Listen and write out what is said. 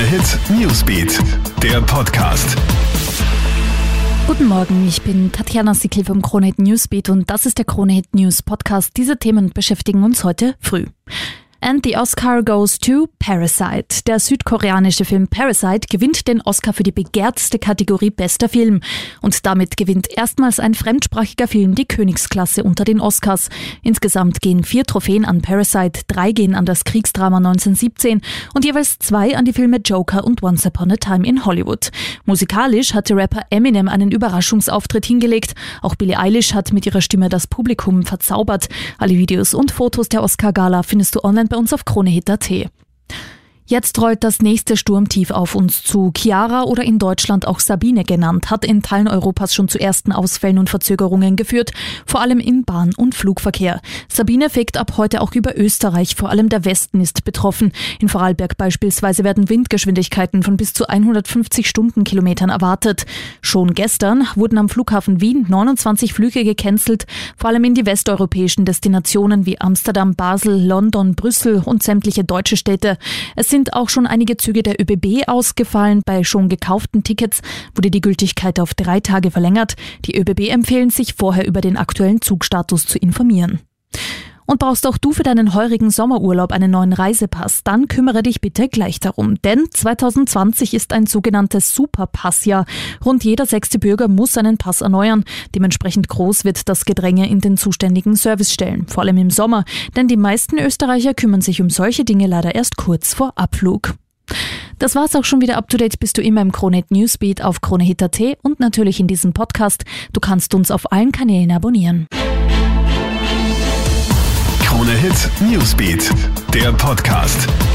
Hit Newsbeat, der Podcast. Guten Morgen, ich bin Tatjana Sickel vom Krone Hit Newsbeat und das ist der Krone Hit News Podcast. Diese Themen beschäftigen uns heute früh. And the Oscar goes to Parasite. Der südkoreanische Film Parasite gewinnt den Oscar für die begehrteste Kategorie Bester Film. Und damit gewinnt erstmals ein fremdsprachiger Film die Königsklasse unter den Oscars. Insgesamt gehen 4 Trophäen an Parasite, 3 gehen an das Kriegsdrama 1917 und jeweils 2 an die Filme Joker und Once Upon a Time in Hollywood. Musikalisch hatte Rapper Eminem einen Überraschungsauftritt hingelegt. Auch Billie Eilish hat mit ihrer Stimme das Publikum verzaubert. Alle Videos und Fotos der Oscar-Gala findest du online bei uns auf kronehit.at. Jetzt rollt das nächste Sturmtief auf uns zu. Chiara oder in Deutschland auch Sabine genannt, hat in Teilen Europas schon zu ersten Ausfällen und Verzögerungen geführt, vor allem im Bahn- und Flugverkehr. Sabine fegt ab heute auch über Österreich, vor allem der Westen ist betroffen. In Vorarlberg beispielsweise werden Windgeschwindigkeiten von bis zu 150 Stundenkilometern erwartet. Schon gestern wurden am Flughafen Wien 29 Flüge gecancelt, vor allem in die westeuropäischen Destinationen wie Amsterdam, Basel, London, Brüssel und sämtliche deutsche Städte. Es sind auch schon einige Züge der ÖBB ausgefallen. Bei schon gekauften Tickets wurde die Gültigkeit auf 3 Tage verlängert. Die ÖBB empfehlen sich vorher über den aktuellen Zugstatus zu informieren. Und brauchst auch du für deinen heurigen Sommerurlaub einen neuen Reisepass? Dann kümmere dich bitte gleich darum. Denn 2020 ist ein sogenanntes Superpassjahr. Rund jeder 6. Bürger muss seinen Pass erneuern. Dementsprechend groß wird das Gedränge in den zuständigen Servicestellen. Vor allem im Sommer. Denn die meisten Österreicher kümmern sich um solche Dinge leider erst kurz vor Abflug. Das war's auch schon wieder. Up to date bist du immer im Krone Hit Newsbeat auf kronehit.at und natürlich in diesem Podcast. Du kannst uns auf allen Kanälen abonnieren. Krone Hit Newsbeat, der Podcast.